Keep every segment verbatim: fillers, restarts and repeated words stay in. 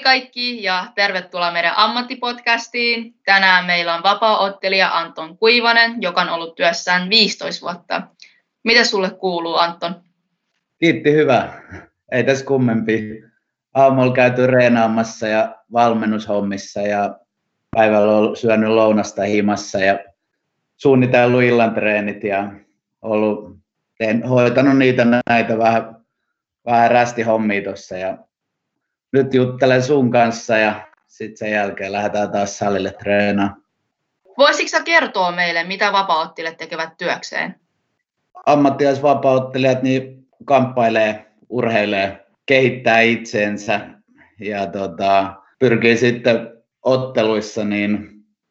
kaikki ja tervetuloa meidän ammattipodcastiin. Tänään meillä on vapaa-ottelija Anton Kuivanen, joka on ollut työssään viisitoista vuotta. Mitä sulle kuuluu, Anton? Kiitti, hyvä. Ei tässä kummempi. Aamulla käyty reenaamassa ja valmennushommissa ja päivällä syönyt lounasta himassa ja suunnitellut illan treenit ja ollut, teen, hoitanut niitä näitä vähän, vähän rästihommia tuossa. Ja nyt juttelen sun kanssa ja sitten sen jälkeen lähdetään taas salille treenaamaan. Voisitko sä kertoa meille, mitä vapaa-ottelijat tekevät työkseen? Ammattilaisvapaa-ottelijat niin kamppailee, urheilee, kehittää itseensä ja tota, pyrkii sitten otteluissa niin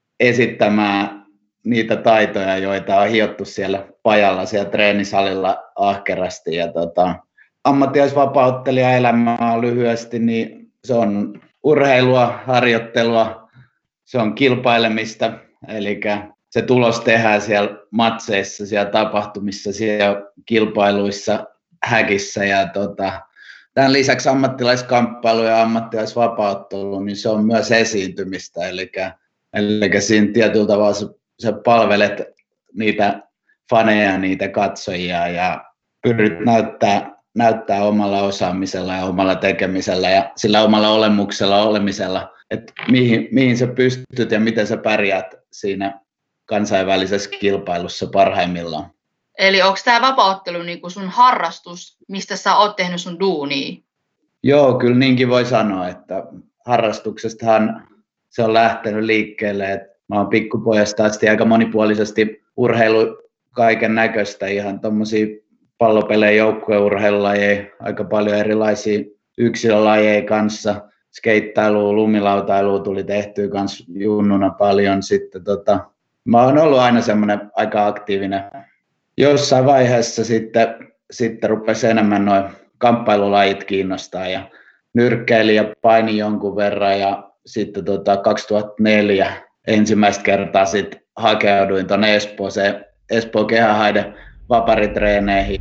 esittämään niitä taitoja, joita on hiottu siellä pajalla, siellä treenisalilla ahkerasti. Ja tota, ammattilaisvapaa-ottelijan elämä on lyhyesti, niin se on urheilua, harjoittelua, se on kilpailemista, eli se tulos tehdään siellä matseissa, siellä tapahtumissa, siellä kilpailuissa, häkissä ja tota, tämän lisäksi ammattilaiskamppailu ja ammattilaisvapaa-ottelu, niin se on myös esiintymistä, eli, eli siinä tietyllä tavalla sä, sä palvelet niitä faneja, niitä katsojia ja pyrit näyttää, näyttää omalla osaamisella ja omalla tekemisellä ja sillä omalla olemuksella olemisella, että mihin, mihin sä pystyt ja miten sä pärjäät siinä kansainvälisessä kilpailussa parhaimmillaan. Eli onko tämä vapaa-ottelu niinku sun harrastus, mistä sä oot tehnyt sun duunia? Joo, kyllä niinkin voi sanoa, että harrastuksestahan se on lähtenyt liikkeelle. Että mä oon pikkupojasta asti aika monipuolisesti urheilu kaiken näköistä, ihan tommosia pallopelejä, joukkueurheilulajeja, aika paljon erilaisia yksilölajeja kanssa. Skeittailua, lumilautailua tuli tehtyä kans junnuna paljon. Sitten tota, mä oon ollut aina semmoinen aika aktiivinen. Jossain vaiheessa sitten, sitten rupesi enemmän noin kamppailulajit kiinnostaa ja nyrkkeili ja paini jonkun verran ja sitten tota kaksituhattaneljä ensimmäistä kertaa sitten hakeuduin tuonne Espooseen, Espoon Kehähaiden vaparitreeneihin.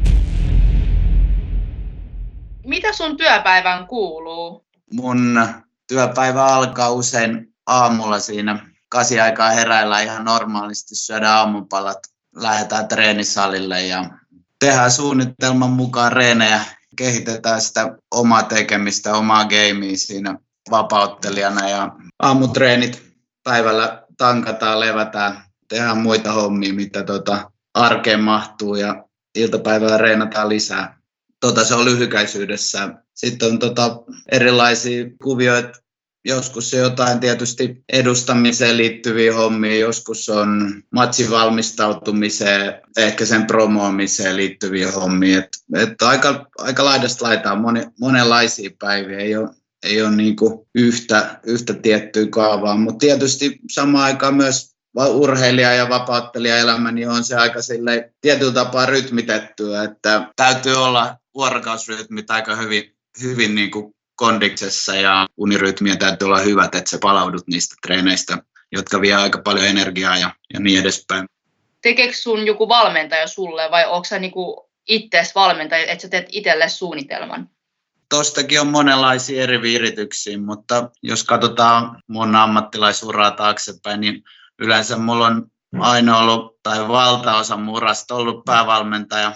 Mitä sun työpäivään kuuluu? Mun työpäivä alkaa usein aamulla siinä kasi aikaa heräillään ihan normaalisti, syödään aamupalat. Lähdetään treenisalille ja tehdään suunnitelman mukaan reenejä, kehitetään sitä omaa tekemistä, omaa gamea siinä vapaa-ottelijana ja aamutreenit päivällä tankataan, levätään, tehdään muita hommia, mitä tota arkeen mahtuu ja iltapäivällä reenataan lisää. Tota se on lyhykäisyydessä. Sitten on tota erilaisia kuvioita. Joskus on jotain tietysti edustamiseen liittyviä hommia, joskus on matsin valmistautumiseen, ehkä sen promoamiseen liittyviä hommia. Et, et aika, aika laidasta laitaan moni, monenlaisia päiviä, ei ole, ei ole niinku yhtä, yhtä tiettyä kaavaa, mutta tietysti samaan aikaan myös urheilija- ja vapaa-ottelijaelämä niin on se aika silleen tietyllä tapaa rytmitettyä, että täytyy olla vuorokausrytmit aika hyvin, hyvin niinku kondiksessa ja unirytmien täytyy olla hyvät, että sä palaudut niistä treeneistä, jotka vie aika paljon energiaa ja, ja niin edespäin. Tekeekö sun joku valmentaja sulle vai onko sä niinku itseäsi valmentaja, että sä teet itselle suunnitelman? Tostakin on monenlaisia eri virityksiä, mutta jos katsotaan mun ammattilaisuraa taaksepäin, niin yleensä mulla on aina ollut, tai valtaosa murasta ollut päävalmentaja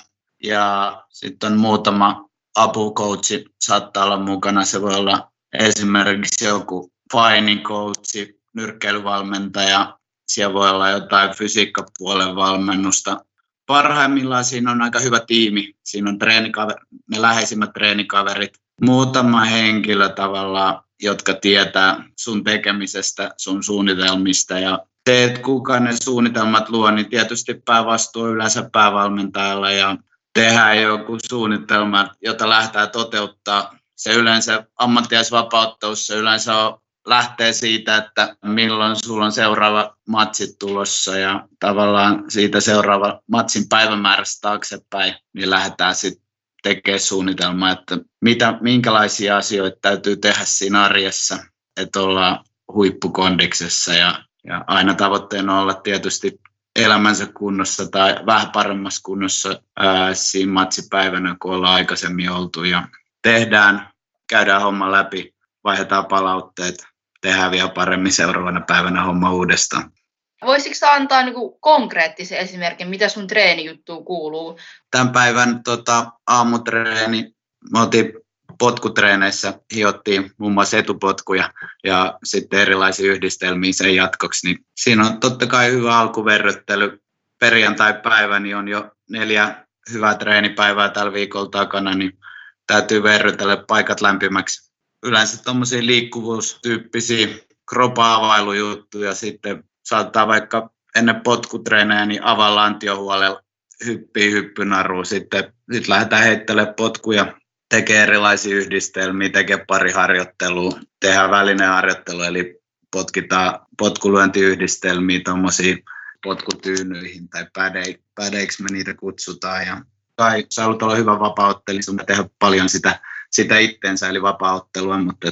ja sitten on muutama apukoutsi saattaa olla mukana. Se voi olla esimerkiksi joku fighting coachi, nyrkkeilyvalmentaja. Siellä voi olla jotain fysiikkapuolen valmennusta. Parhaimmillaan siinä on aika hyvä tiimi. Siinä on ne läheisimmät treenikaverit. Muutama henkilö tavallaan, jotka tietää sun tekemisestä, sun suunnitelmista. Ja se, että kuka ne suunnitelmat luo, niin tietysti päävastuu on yleensä päävalmentajalla. Ja tehdään joku suunnitelma, jota lähdetään toteuttaa. Se yleensä ammattilaisvapaa-ottelussa yleensä on, lähtee siitä, että milloin sulla on seuraava matsi tulossa ja tavallaan siitä seuraava matsin päivämäärästä taaksepäin, niin lähdetään sitten tekemään suunnitelmaa, että mitä, minkälaisia asioita täytyy tehdä siinä arjessa, että ollaan huippukondiksessa ja, ja aina tavoitteena olla tietysti elämänsä kunnossa tai vähän paremmassa kunnossa ää, siinä matsipäivänä, kun ollaan aikaisemmin oltu. Ja tehdään, käydään homma läpi vaihdetaan palautteet, tehdään vielä paremmin seuraavana päivänä homma uudestaan. Voisitko sä antaa niinku konkreettisen esimerkin, mitä sun treenijuttuun kuuluu? Tämän päivän tota, aamutreeni, me oltiin potkutreeneissä, hiottiin muun muassa etupotkuja ja sitten erilaisia yhdistelmiä sen jatkoksi. Niin siinä on totta kai hyvä alkuverryttely. Perjantai-päivä niin on jo neljä hyvää treenipäivää tällä viikolla takana, niin täytyy verrytellä paikat lämpimäksi. Yleensä tuommoisia liikkuvuustyyppisiä kropa-availujuttuja sitten saattaa vaikka ennen potkutreenejä niin avaa lantiohuolella hyppii hyppynaruun. Sitten sit lähdetään heittelemään potkuja, tekee erilaisia yhdistelmiä, tekee pari harjoittelua, tehdään välineharjoittelua, eli potkitaan potkulyöntiyhdistelmiä tuommoisiin potkutyynyihin tai päde, pädeiksi me niitä kutsutaan. Ja kai sä haluat olla hyvä vapaa-ottelija, sun tehdä paljon sitä, sitä itteensä, eli vapaa-ottelua, mutta et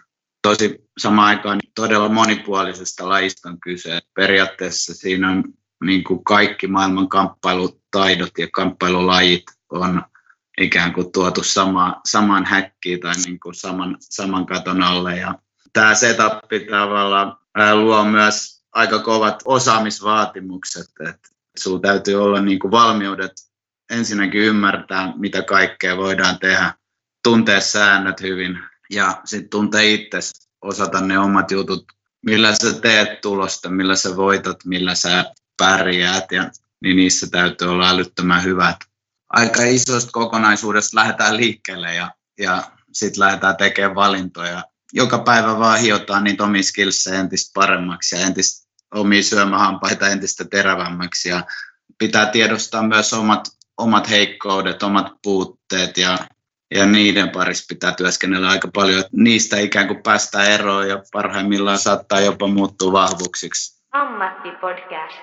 tosi samaan aikaan todella monipuolisesta lajista on kyse. Periaatteessa siinä on niin kuin kaikki maailman kamppailutaidot ja kamppailulajit on ikään kuin tuotu sama, saman häkkiin tai niin kuin saman, saman katon alle. Ja tämä setup tavallaan luo myös aika kovat osaamisvaatimukset. Että sinulla täytyy olla niin kuin valmiudet ensinnäkin ymmärtää, mitä kaikkea voidaan tehdä, tuntea säännöt hyvin ja sitten tuntee itse, osata ne omat jutut, millä sä teet tulosta, millä sä voitat, millä sä pärjäät, ja niin niissä täytyy olla älyttömän hyvät. Aika isosta kokonaisuudesta lähdetään liikkeelle ja, ja sitten lähdetään tekemään valintoja. Joka päivä vaan hiotaan niitä omia skillsejä entistä paremmaksi ja entistä omia syömähampaita entistä terävämmäksi. Ja pitää tiedostaa myös omat, omat heikkoudet, omat puutteet ja Ja niiden parissa pitää työskennellä aika paljon. Niistä ikään kuin päästään eroon ja parhaimmillaan saattaa jopa muuttua vahvuuksiksi. Ammattipodcast.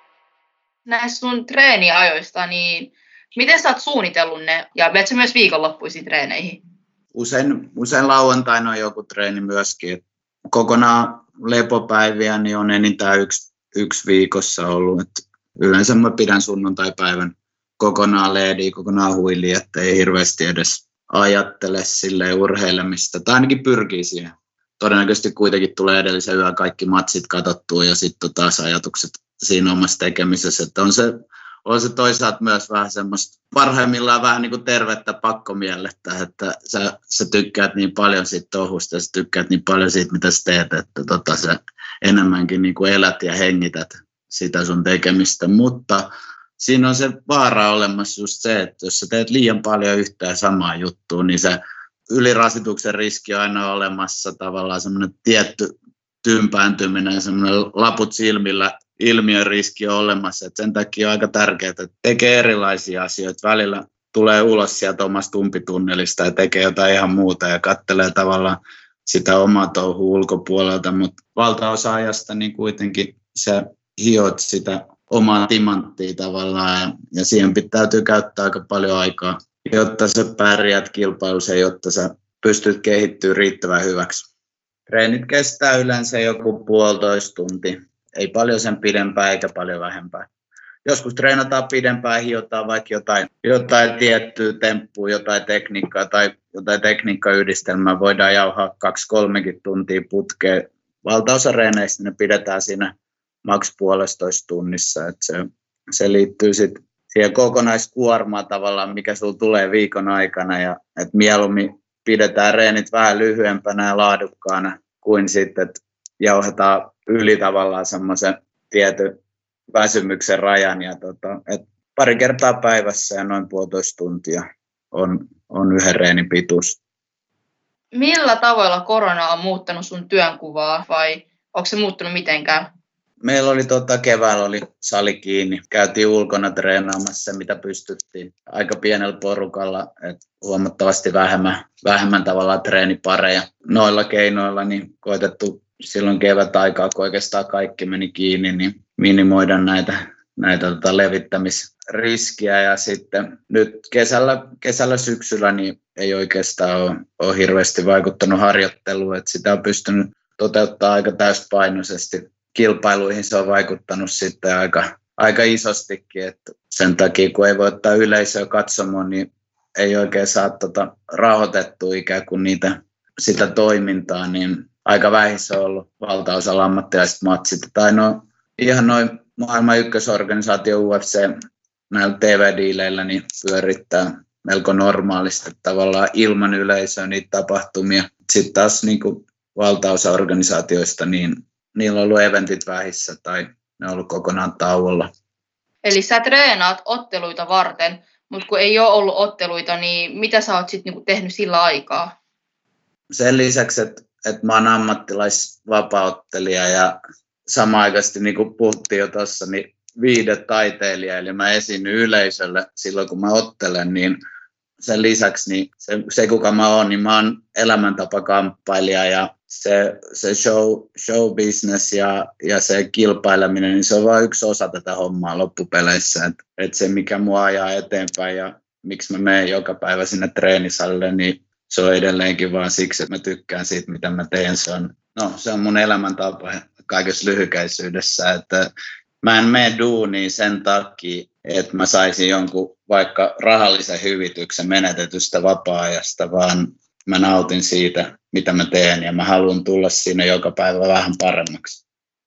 Näistä sun treeniajoista, niin miten sä oot suunnitellut ne ja menet sä myös viikonloppuisiin treeneihin? Usein, usein lauantaina on joku treeni myöskin. Et kokonaan lepopäiviä niin on enintään yksi, yksi viikossa ollut. Et yleensä mä pidän sunnuntaipäivän kokonaan leediä, kokonaan huiliin, että ei hirveästi edes ajattele silleen urheilemista, tai ainakin pyrkii siihen. Todennäköisesti kuitenkin tulee edellisen yön kaikki matsit katsottua ja sitten taas ajatukset siinä omassa tekemisessä. Että on, se, on se toisaalta myös vähän semmoista parhaimmillaan vähän niin kuin tervettä pakkomielettä, että sä, sä tykkäät niin paljon siitä touhusta ja sä tykkäät niin paljon siitä, mitä sä teet, että tota, sä enemmänkin niin kuin elät ja hengität sitä sun tekemistä, mutta siinä on se vaara olemassa just se, että jos sä teet liian paljon yhtään samaa juttua, niin se ylirasituksen riski on aina olemassa, tavallaan semmoinen tietty tympääntyminen, semmoinen laput silmillä ilmiön riski on olemassa. Et sen takia on aika tärkeää, että tekee erilaisia asioita. Välillä tulee ulos sieltä omasta umpitunnelista ja tekee jotain ihan muuta ja katselee tavallaan sitä omaa touhua ulkopuolelta, mutta valtaosa ajasta niin kuitenkin sä hiot sitä omaa timanttia tavallaan ja, ja siihen täytyy käyttää aika paljon aikaa, jotta sä pärjäät kilpailussa, jotta sä pystyt kehittymään riittävän hyväksi. Treenit kestää yleensä joku puolitoista tuntia, ei paljon sen pidempään eikä paljon vähempää. Joskus treenataan pidempään, hiotaan vaikka jotain, jotain tiettyä temppua, jotain tekniikkaa tai jotain tekniikkayhdistelmää. Voidaan jauhaa kaksi kolmekin tuntia putkeen. Valtaosa reeneistä ne pidetään siinä maks puolestoista tunnissa. Että se, se liittyy sitten siihen kokonaiskuormaan tavallaan, mikä sulla tulee viikon aikana. Ja että mieluummin pidetään reenit vähän lyhyempänä ja laadukkaana kuin sitten, että jauhetaan yli tavallaan semmoisen tietyn väsymyksen rajan. Ja tota, et pari kertaa päivässä ja noin puolitoista tuntia on, on yhden reenin pituus. Millä tavoilla korona on muuttanut sun työnkuvaa vai onko se muuttunut mitenkään? Meillä oli tota, keväällä oli sali kiinni. Käytiin ulkona treenaamassa, mitä pystyttiin. Aika pienellä porukalla, että huomattavasti vähemmän, vähemmän tavallaan treenipareja. Noilla keinoilla niin koitettu silloin kevätaikaa, kun oikeastaan kaikki meni kiinni, niin minimoida näitä, näitä tota, levittämisriskiä. Ja sitten nyt kesällä, kesällä syksyllä niin ei oikeastaan ole, ole hirveästi vaikuttanut harjoitteluun, että sitä on pystynyt toteuttamaan aika täyspainoisesti. Kilpailuihin se on vaikuttanut sitten aika, aika isostikin, että sen takia kun ei voi ottaa yleisöä katsomaan, niin ei oikein saa tota rahoitettua ikään kuin niitä sitä toimintaa, niin aika vähissä on ollut valtaosalla ammattilaiset matsit. Tai no, ihan noin maailman ykkösorganisaatio U F C näillä T V-diileillä niin pyörittää melko normaalisti tavallaan ilman yleisöä niitä tapahtumia. Sitten taas niin kuin valtaosa organisaatioista, niin niillä on ollut eventit vähissä tai ne on ollut kokonaan tauolla. Eli sä treenaat otteluita varten, mutta kun ei ole ollut otteluita, niin mitä sä oot sitten niinku tehnyt sillä aikaa? Sen lisäksi, että, että mä oon ammattilaisvapauttelija ja samanaikaisesti, niin kuin puhuttiin jo tuossa, niin viihdetaiteilija, eli mä esiinnyn yleisölle silloin, kun mä ottelen, niin sen lisäksi niin se, se, kuka mä oon, niin mä oon elämäntapakamppailija ja se, se show, show business ja, ja se kilpaileminen, niin se on vain yksi osa tätä hommaa loppupeleissä. Et, et se, mikä mua ajaa eteenpäin ja miksi mä menen joka päivä sinne treenisalille, niin se on edelleenkin vaan siksi, että mä tykkään siitä, mitä mä teen. Se on, no, se on mun elämäntapa kaikessa lyhykäisyydessä, että mä en mene duuniin sen takia, että mä saisin jonkun vaikka rahallisen hyvityksen menetetystä vapaa-ajasta, vaan mä nautin siitä, mitä mä teen, ja mä haluan tulla siinä joka päivä vähän paremmaksi.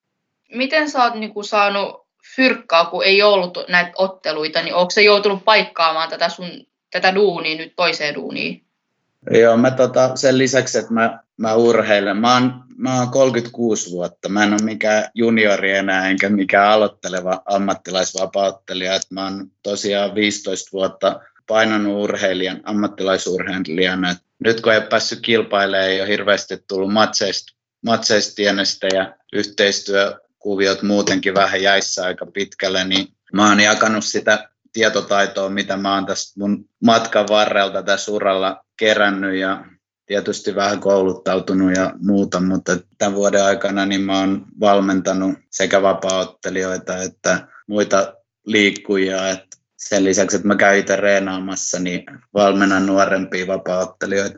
Miten sä oot niinku saanut fyrkkaa, kun ei ollut näitä otteluita, niin onko se joutunut paikkaamaan tätä, sun, tätä duunia nyt toiseen duuniin? Joo, mä tota, sen lisäksi, että mä, mä urheilen. Mä oon, mä oon kolmekymmentäkuusi vuotta. Mä en ole mikään juniori enää, enkä mikään aloitteleva ammattilaisvapauttelija. Et mä oon tosiaan viisitoista vuotta painanut urheilijan, ammattilaisurheilijana. Et nyt kun ei ole päässyt kilpailemaan, ei ole hirveästi tullut matseista, matseista tienestä ja yhteistyökuviot muutenkin vähän jäissä aika pitkälle, niin mä oon jakanut sitä tietotaitoa, mitä mä oon tästä mun matkan varrelta tässä uralla kerännyt ja tietysti vähän kouluttautunut ja muuta, mutta tämän vuoden aikana niin mä oon valmentanut sekä vapaa-ottelijoita että muita liikkujia. Että sen lisäksi, että mä käyn itse reenaamassa, niin valmennan nuorempia vapaa-ottelijoita.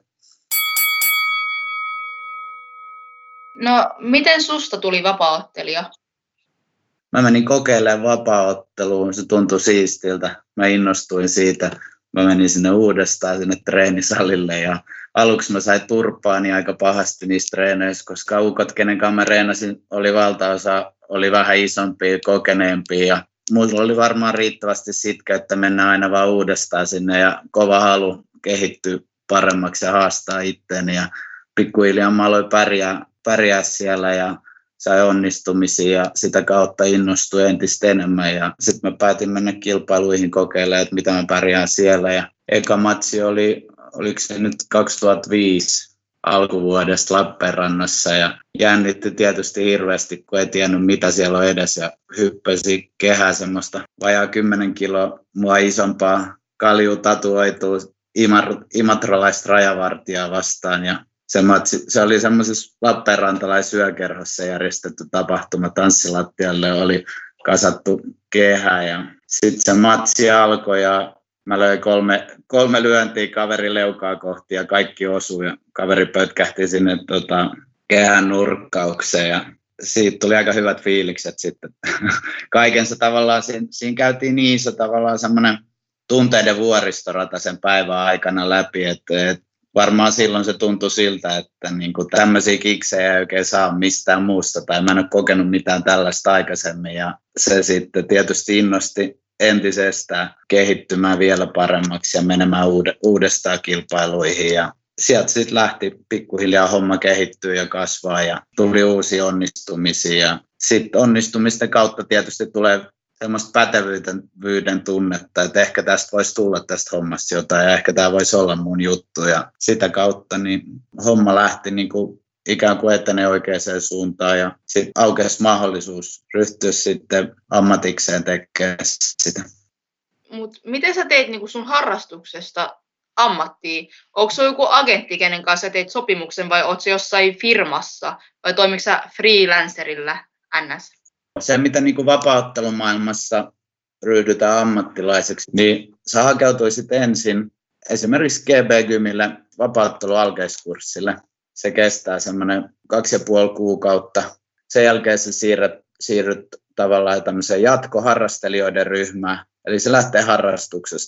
No, miten susta tuli vapaa-ottelija? Mä menin kokeilemaan vapaa-otteluun, se tuntui siistiltä. Mä innostuin siitä. Mä menin sinne uudestaan sinne treenisalille ja aluksi mä sain turpaani aika pahasti niistä treeneissä, koska ukot, kenen kanssa mä reenasin, oli valtaosa, oli vähän isompia, kokeneempia ja mulla oli varmaan riittävästi sitkeyttä mennä aina vaan uudestaan sinne ja kova halu kehittyä paremmaksi ja haastaa itteeni ja pikkuhiljaa mä aloin pärjää, pärjää siellä ja sai onnistumisia ja sitä kautta innostui entistä enemmän ja sitten mä päätin mennä kilpailuihin kokeilemaan, että mitä mä pärjään siellä ja eka matsi oli, oliko se nyt kaksituhattaviisi alkuvuodesta Lappeenrannassa ja jännitti tietysti hirveästi, kun ei tiennyt mitä siellä on edes ja hyppäsi kehää semmoista vajaa kymmenen kiloa mua isompaa kalju tatuoituu imatralaista rajavartijaa vastaan ja Se, matsi, se oli semmoisessa Lappeenrantalaisyökerhossa järjestetty tapahtuma. Tanssilattialle oli kasattu kehä ja sitten se matsi alkoi ja mä löin kolme, kolme lyöntiä kaveri leukaa kohti ja kaikki osui ja kaveri pötkähti sinne tota, kehän nurkkaukseen ja siitä tuli aika hyvät fiilikset sitten. Kaikensa tavallaan siinä, siinä käytiin niin iso tavallaan semmoinen tunteiden vuoristorata sen päivän aikana läpi, että et, varmaan silloin se tuntui siltä, että niinku tämmöisiä kiksejä ei oikein saa mistään muusta tai mä en ole kokenut mitään tällaista aikaisemmin ja se sitten tietysti innosti entisestään kehittymään vielä paremmaksi ja menemään uudestaan kilpailuihin ja sieltä sitten lähti pikkuhiljaa homma kehittyä ja kasvaa ja tuli uusia onnistumisia ja sitten onnistumisten kautta tietysti tulee semmoista pätevyyden tunnetta, että ehkä tästä voisi tulla tästä hommasta jotain ja ehkä tämä voisi olla mun juttu ja sitä kautta niin homma lähti niin kuin ikään kuin etenee oikeaan suuntaan ja sitten aukesi mahdollisuus ryhtyä sitten ammatikseen tekemään sitä. Mut miten sä teit niinku sun harrastuksesta ammattiin? Onko se joku agentti, kenen kanssa teit sopimuksen vai ootko jossain firmassa vai toimitko sä freelancerilla ns? Se, mitä niin kuin vapaa-ottelumaailmassa ryhdytään ammattilaiseksi, niin sä hakeutuisit ensin esimerkiksi G B-gymille vapaa-ottelu-alkeiskurssille. Se kestää semmoinen kaksi ja puoli kuukautta. Sen jälkeen sä siirryt, siirryt tavallaan tämmöiseen jatkoharrastelijoiden ryhmään. Eli se lähtee harrastuksesta.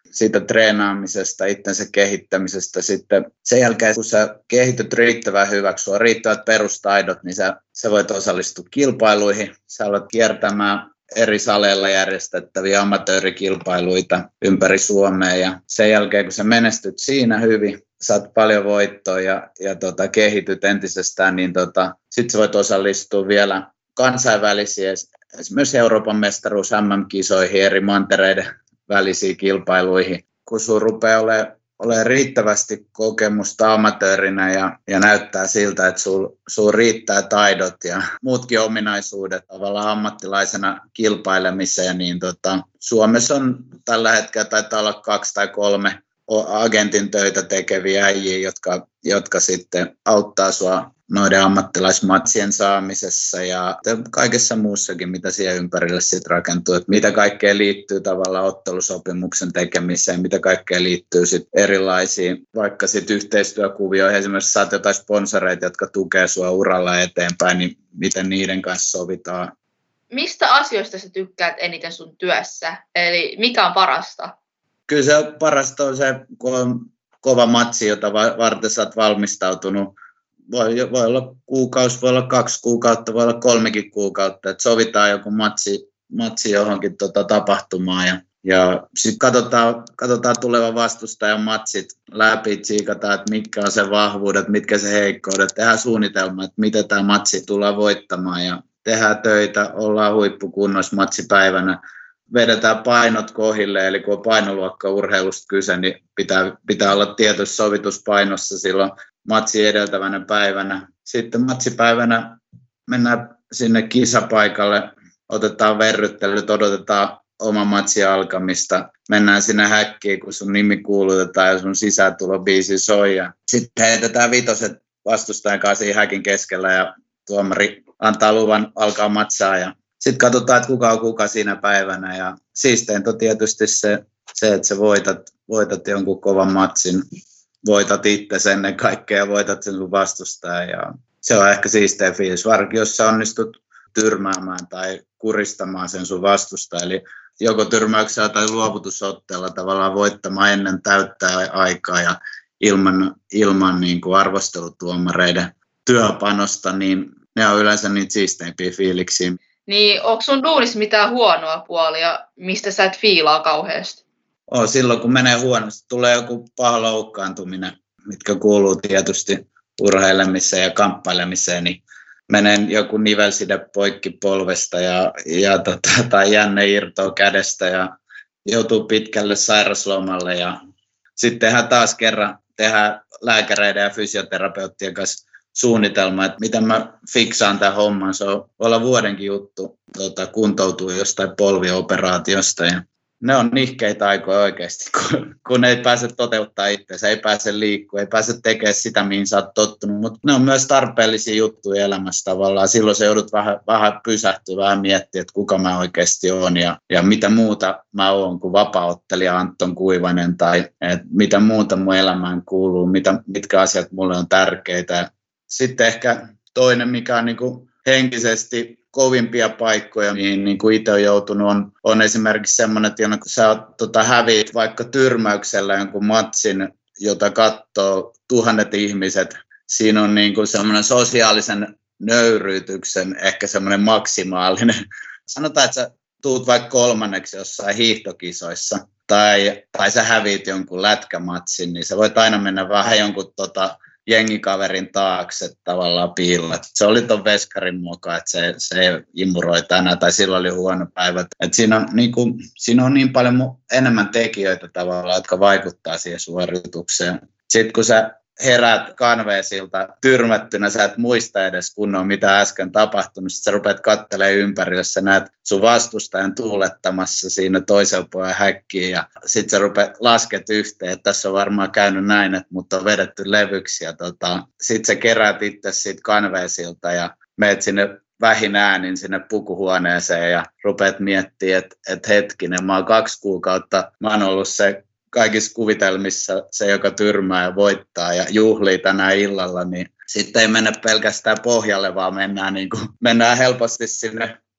siitä treenaamisesta, itsensä kehittämisestä. Sitten sen jälkeen, kun sä kehityt riittävän hyväksi, sulla on riittävät perustaidot, niin sä, sä voit osallistua kilpailuihin. Sä alat kiertämään eri saleilla järjestettäviä amatöörikilpailuita ympäri Suomea. Ja sen jälkeen, kun sä menestyt siinä hyvin, saat paljon voittoa ja, ja tota, kehityt entisestään, niin tota, sitten sä voit osallistua vielä kansainvälisiä, esimerkiksi Euroopan mestaruus M M-kisoihin, eri mantereiden välisiin kilpailuihin. Kun sun rupeaa olemaan ole riittävästi kokemusta amatöörinä ja, ja näyttää siltä, että sul, sul riittää taidot ja muutkin ominaisuudet tavallaan ammattilaisena kilpailemiseen, niin tota, Suomessa on tällä hetkellä taitaa olla kaksi tai kolme agentin töitä tekeviä äijiä, jotka, jotka sitten auttaa sua noiden ammattilaismatsien saamisessa ja kaikessa muussakin, mitä siihen ympärille sitten rakentuu, että mitä kaikkea liittyy tavallaan ottelusopimuksen tekemiseen, mitä kaikkea liittyy sitten erilaisiin, vaikka sitten yhteistyökuvioihin, esimerkiksi saat jotain sponsoreita, jotka tukee sua uralla eteenpäin, niin miten niiden kanssa sovitaan. Mistä asioista sä tykkäät eniten sun työssä? Eli mikä on parasta? Kyllä se parasta on se, kun on kova matsi, jota varten sä oot valmistautunut. Voi, voi olla kuukausi, voi olla kaksi kuukautta, voi olla kolmekin kuukautta, että sovitaan joku matsi, matsi johonkin tota, tapahtumaan ja, ja sitten katsotaan, katsotaan tulevan vastustajan matsit läpi, tsiikataan, että mitkä on se vahvuudet, mitkä se heikkoudet, tehdään suunnitelma, että miten tämä matsi tullaan voittamaan ja tehdään töitä, ollaan huippukunnossa matsipäivänä. Vedetään painot kohille, eli kun on painoluokkaurheilusta kyse, niin pitää, pitää olla tietyssä sovituspainossa silloin matsi edeltävänä päivänä. Sitten matsipäivänä mennään sinne kisapaikalle, otetaan verryttelyt, odotetaan oma matsi alkamista. Mennään sinne häkkiin, kun sun nimi kuulutetaan ja sun sisääntulobiisi soi. Sitten heitetään vitoset vastustajan kanssa siinä häkin keskellä ja tuomari antaa luvan alkaa matsaa. Ja sitten katsotaan, että kuka on kuka siinä päivänä. Ja siisteintä on tietysti se, se että sä voitat, voitat jonkun kovan matsin. Voitat itse ennen kaikkea ja voitat sen sun vastustajan. Ja se on ehkä siistein fiilis, varsinkin jos sä onnistut tyrmäämään tai kuristamaan sen sun vastustajan. Eli joko tyrmäyksellä tai luovutusotteella tavallaan voittamaan ennen täyttää aikaa ja ilman, ilman niin kuin arvostelutuomareiden työpanosta, niin ne on yleensä niitä siisteimpiä fiiliksiä. Niin onko sun duunissa mitään huonoa puolia, mistä sä et fiilaa kauheasti? Oh, silloin kun menee huonosti, tulee joku paha loukkaantuminen, mitkä kuuluu tietysti urheilemiseen ja kamppailemiseen, niin menee joku nivelside poikki polvesta ja, ja tota, tai jänne irtoaa kädestä ja joutuu pitkälle sairaslomalle. Ja sitten tehdään taas kerran tehdään lääkäreiden ja fysioterapeuttien kanssa suunnitelma, että miten mä fiksaan tämän homman. Se on olla vuodenkin juttu tota, kuntoutuu jostain polvioperaatiosta. Ja ne on nihkeitä aikoja oikeasti, kun, kun ei pääse toteuttaa itseänsä, ei pääse liikkua, ei pääse tekemään sitä, mihin sä oot tottunut. Mutta ne on myös tarpeellisia juttuja elämässä tavallaan. Silloin sä joudut vähän, vähän pysähtyä, vähän miettiä, että kuka mä oikeasti oon ja, ja mitä muuta mä oon kuin vapaaottelija Anton Kuivanen tai että mitä muuta mun elämään kuuluu, mitä, mitkä asiat mulle on tärkeitä. Sitten ehkä toinen, mikä on niin kuin henkisesti kovimpia paikkoja, mihin niin kuin itse on joutunut, on, on esimerkiksi semmoinen, että kun sä oot, tota, häviit vaikka tyrmäyksellä jonkun matsin, jota katsoo tuhannet ihmiset, siinä on niin kuin semmoinen sosiaalisen nöyryytyksen ehkä semmoinen maksimaalinen. Sanotaan, että sä tuut vaikka kolmanneksi jossain hiihtokisoissa tai, tai sä häviit jonkun lätkämatsin, niin sä voit aina mennä vähän jonkun tota, jengikaverin taakse tavallaan piilolla. Se oli ton veskarin mukaan, että se, se imuroi tänään tai silloin oli huono päivä. Et siinä, on, niin kuin, siinä on niin paljon enemmän tekijöitä tavallaan, jotka vaikuttaa siihen suoritukseen. Sitten kun sä heräät kanveesilta tyrmättynä, sä et muista edes kunnon mitä äsken tapahtunut. Sitten sä rupeat katselemaan ympärille, sä näet sun vastustajan tuulettamassa siinä toisen puolen häkkiin ja sitten sä rupeat lasket yhteen, että tässä on varmaan käynyt näin, että mut on vedetty levyksi. Tota, sitten sä keräät itse siitä kanveesilta ja meet sinne vähin äänin sinne pukuhuoneeseen ja rupeat miettimään, että et hetkinen, mä oon kaksi kuukautta, mä oon ollut se kaikissa kuvitelmissa se, joka tyrmää ja voittaa ja juhlii tänään illalla, niin sitten ei mennä pelkästään pohjalle, vaan mennään, niin kuin, mennään helposti sinne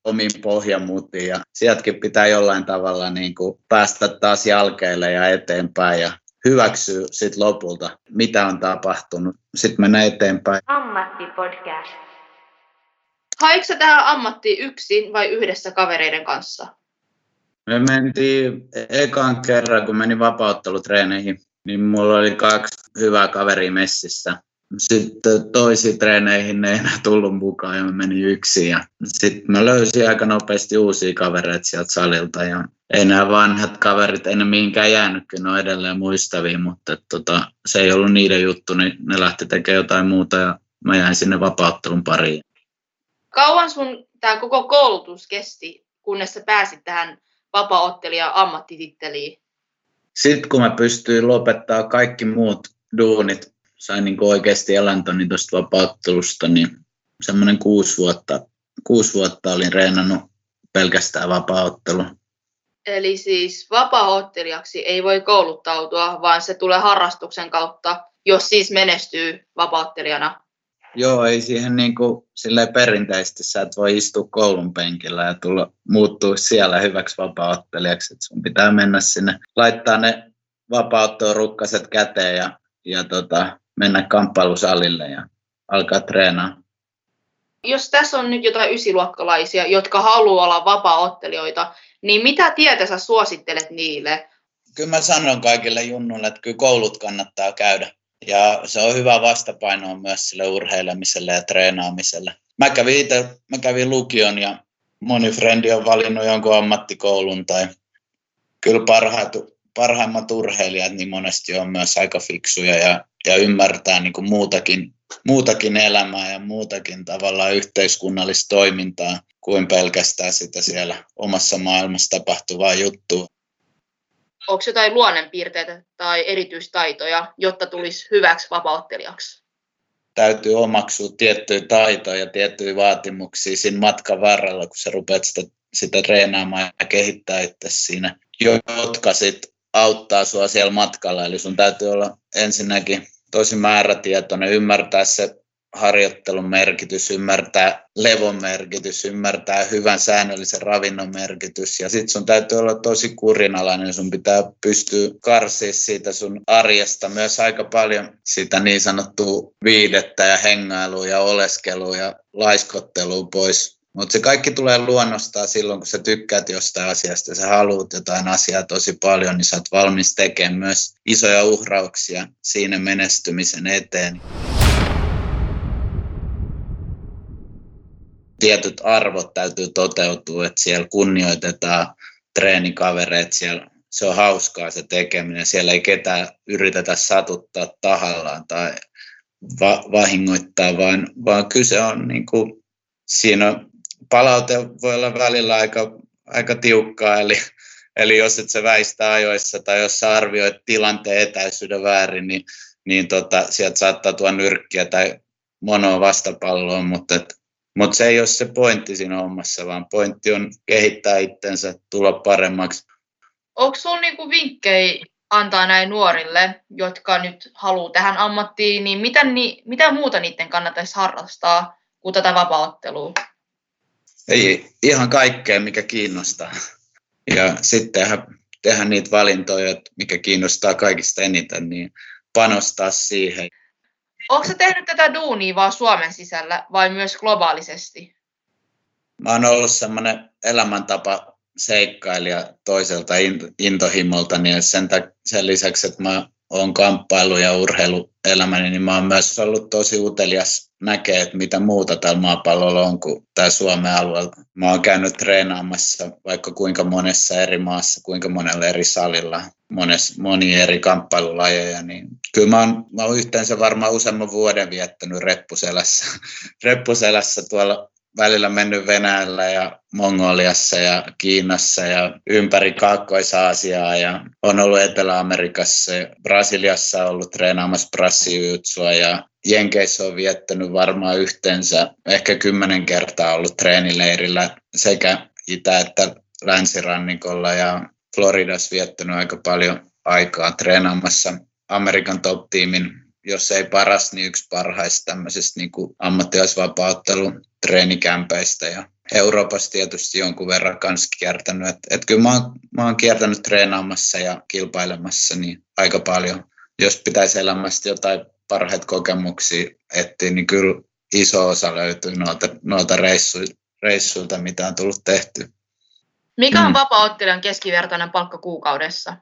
omiin pohjamuutiin ja sieltäkin pitää jollain tavalla niin kuin päästä taas jalkeille ja eteenpäin ja hyväksyä sit lopulta, mitä on tapahtunut. Sitten mennään eteenpäin. Ammattipodcast. Haitko sä tähän ammattiin yksin vai yhdessä kavereiden kanssa? Me mentiin ekan kerran, kun menin vapauttelutreeneihin, niin mulla oli kaksi hyvää kaveria messissä. Sitten toisiin treeneihin ne ei enää tullut mukaan ja mä menin yksin. Ja sitten mä löysin aika nopeasti uusia kavereita sieltä salilta. Ja ei nämä vanhat kaverit enää mihinkään jäänyt, ne on edelleen muistavia, mutta tota, se ei ollut niiden juttu, niin ne lähti tekemään jotain muuta ja mä jäin sinne vapauttelun pariin. Kauan sun tämä koko koulutus kesti, kunnes sä pääsit tähän vapaaottelija ammattititteliin? Sitten kun mä pystyin lopettaa kaikki muut duunit, sain niin oikeasti eläntoni tuosta vapauttelusta, niin semmoinen kuusi vuotta, kuusi vuotta olin reenannut pelkästään vapaaottelua. Eli siis vapaaottelijaksi ei voi kouluttautua, vaan se tulee harrastuksen kautta, jos siis menestyy vapaaottelijana. Joo, ei siihen niin kuin, silleen perinteisesti sä et voi istua koulun penkillä ja tulla, muuttua siellä hyväksi vapaaottelijaksi. Et sun pitää mennä sinne, laittaa ne vapaaottelurukkaset käteen ja, ja tota, mennä kamppailusalille ja alkaa treenaa. Jos tässä on nyt jotain ysiluokkalaisia, jotka haluaa olla vapaaottelijoita, niin mitä tietä sä suosittelet niille? Kyllä mä sanon kaikille junnuille, että kyllä koulut kannattaa käydä. Ja se on hyvä vastapaino myös sille urheilemiselle ja treenaamiselle. Mä kävin itse, mä kävin lukion ja moni frendi on valinnut jonkun ammattikoulun tai kyllä parhaat, parhaimmat urheilijat niin monesti on myös aika fiksuja ja, ja ymmärtää niin kuin muutakin, muutakin elämää ja muutakin tavallaan yhteiskunnallista toimintaa kuin pelkästään sitä siellä omassa maailmassa tapahtuvaa juttua. Onko jotain luonnonpiirteitä tai erityistaitoja, jotta tulisi hyväksi vapaaottelijaksi? Täytyy omaksua tiettyjä taitoja ja tiettyjä vaatimuksia siinä matkan varrella, kun sä rupeat sitä, sitä treenaamaan ja kehittää itse siinä, jotka sitten auttaa sua siellä matkalla. Eli sun täytyy olla ensinnäkin tosi määrätietoinen, ymmärtää se harjoittelun merkitys, ymmärtää levon merkitys, ymmärtää hyvän säännöllisen ravinnon merkitys. Ja sitten sun täytyy olla tosi kurinalainen, sun pitää pystyä karsimaan siitä sun arjesta myös aika paljon sitä niin sanottua viidettä ja hengailua ja oleskelua ja laiskottelua pois. Mutta se kaikki tulee luonnostaan silloin, kun sä tykkäät jostain asiasta ja sä haluat jotain asiaa tosi paljon, niin sä oot valmis tekemään myös isoja uhrauksia siinä menestymisen eteen. Tietyt arvot täytyy toteutua, että siellä kunnioitetaan treenikavereita, siellä se on hauskaa se tekeminen, siellä ei ketään yritetä satuttaa tahallaan tai va- vahingoittaa, vaan, vaan kyse on niin kuin, siinä on, palaute voi olla välillä aika, aika tiukkaa, eli, eli jos et sä väistä ajoissa tai jos sä arvioit tilanteen etäisyyden väärin, niin, niin tota, sieltä saattaa tuoda nyrkkiä tai monoa vastapalloon, mutta et, Mutta se ei ole se pointti siinä hommassa, vaan pointti on kehittää itsensä, tulla paremmaksi. Onko sinulla niinku vinkkejä antaa näin nuorille, jotka nyt haluaa tähän ammattiin, niin mitä, ni, mitä muuta niiden kannattaisi harrastaa kuin tätä vapaaottelua? Ei, ihan kaikkea, mikä kiinnostaa. Ja sitten tehdä, tehdä niitä valintoja, mikä kiinnostaa kaikista eniten, niin panostaa siihen. Onko sä tehnyt tätä duunia vaan Suomen sisällä vai myös globaalisesti? Mä oon ollut semmoinen elämäntapa seikkailija toiselta intohimolta, niin sen, sen lisäksi, että mä oon kamppailu- ja urheiluelämäni, niin mä oon myös ollut tosi utelias näkee, että mitä muuta täällä maapallolla on kuin tää Suomen alueella. Mä oon käynyt treenaamassa vaikka kuinka monessa eri maassa, kuinka monella eri salilla, mones, monia eri kamppailulajeja, niin kyllä mä oon, mä oon yhteensä varmaan useamman vuoden viettänyt reppuselässä, reppuselässä tuolla välillä mennyt Venäjällä ja Mongoliassa ja Kiinassa ja ympäri Kaakkois-Aasiaa ja on ollut Etelä-Amerikassa ja Brasiliassa ollut treenaamassa brassijutsuja ja Jenkeissä on viettänyt varmaan yhteensä ehkä kymmenen kertaa ollut treenileirillä sekä itä- että länsirannikolla ja Floridassa viettänyt aika paljon aikaa treenaamassa Amerikan top-tiimin, jos ei paras, niin yksi parhaista tämmöisistä niin kuin ammattilaisvapauttelun treenikämpäistä. Ja Euroopassa tietysti jonkun verran kanssa kiertänyt. Et, et kyllä mä oon, mä oon kiertänyt treenaamassa ja kilpailemassa niin aika paljon. Jos pitäisi elämästä jotain parhaita kokemuksia etsiä, niin kyllä iso osa löytyy noilta, noilta reissuilta, reissuilta, mitä on tullut tehty. Mikä on mm. vapaa-ottelijan keskivertainen palkka kuukaudessa?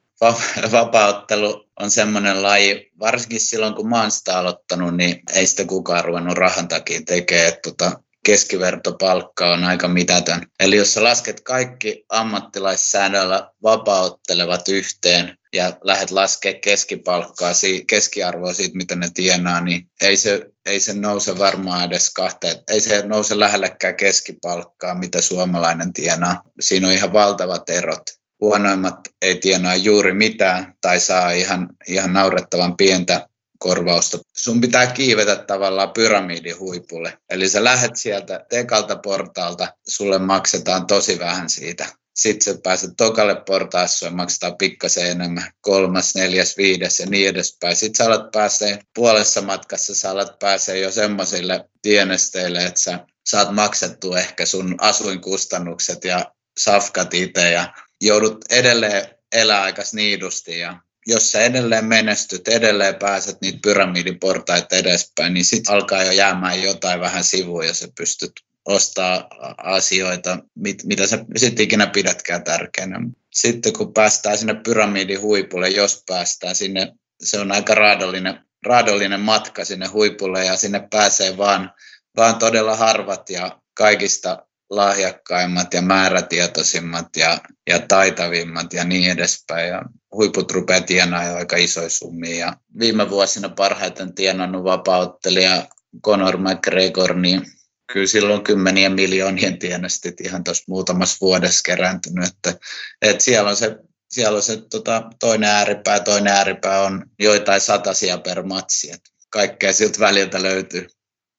Vapaa-ottelu on semmoinen laji, varsinkin silloin kun mä oon sitä aloittanut, niin ei sitä kukaan ruvennut rahan takia tekemään. Tota, keskivertopalkka on aika mitätön. Eli jos sä lasket kaikki ammattilaissäännöillä vapaa-ottelevat yhteen ja lähdet laskemaan keskipalkkaa, keskiarvoa siitä, mitä ne tienaa, niin ei se, ei se nouse varmaan edes kahteen. Ei se nouse lähellekään keskipalkkaa, mitä suomalainen tienaa. Siinä on ihan valtavat erot. Huonoimmat ei tienaa juuri mitään tai saa ihan, ihan naurettavan pientä korvausta. Sun pitää kiivetä tavallaan pyramidin huipulle. Eli sä lähet sieltä ekalta portaalta, sulle maksetaan tosi vähän siitä. Sitten sä pääset tokalle portaalle, sulle maksetaan pikkasen enemmän, kolmas, neljäs, viides ja niin edespäin. Sitten sä alat pääsee puolessa matkassa, sä alat pääsee jo semmoisille tienesteille, että sä saat maksettua ehkä sun asuinkustannukset ja safkat itse ja joudut edelleen elää aika sniidusti ja jos sä edelleen menestyt, edelleen pääset niitä pyramidiportaita edespäin, niin sitten alkaa jo jäämään jotain vähän sivuun ja sä pystyt ostamaan asioita, mit, mitä sä sitten ikinä pidätkään tärkeänä. Sitten kun päästään sinne pyramidin huipulle, jos päästään sinne, se on aika raadollinen, raadollinen matka sinne huipulle ja sinne pääsee vaan, vaan todella harvat ja kaikista lahjakkaimmat ja määrätietoisimmat ja, ja taitavimmat ja niin edespäin. Ja huiput rupeaa tienaamaan jo aika isoja summia. Ja viime vuosina parhaiten tienannut vapaa-ottelija Conor McGregor, niin kyllä silloin kymmenien miljoonien tienestit ihan tuossa muutamassa vuodessa kerääntynyt. Että, että siellä on se, siellä on se tota, toinen ääripää, toinen ääripää on joitain satasia per matsi. Että kaikkea siltä väliltä löytyy.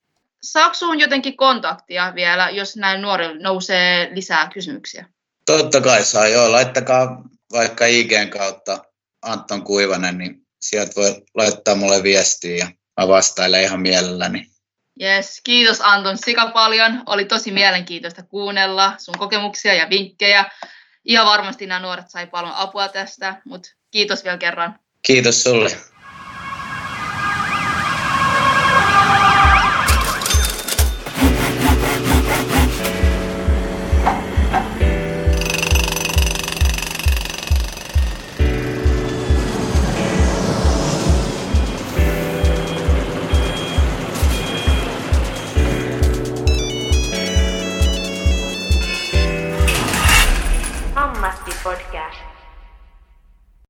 Saako sinuun jotenkin kontaktia vielä, jos näin nuorille nousee lisää kysymyksiä? Totta kai saa, joo. Laittakaa vaikka I G:n kautta Anton Kuivanen, niin sieltä voi laittaa mulle viestiä ja mä vastailen ihan mielelläni. Yes, kiitos Anton sika paljon. Oli tosi mielenkiintoista kuunnella sun kokemuksia ja vinkkejä. Ihan varmasti nämä nuoret sai paljon apua tästä, mutta kiitos vielä kerran. Kiitos sulle.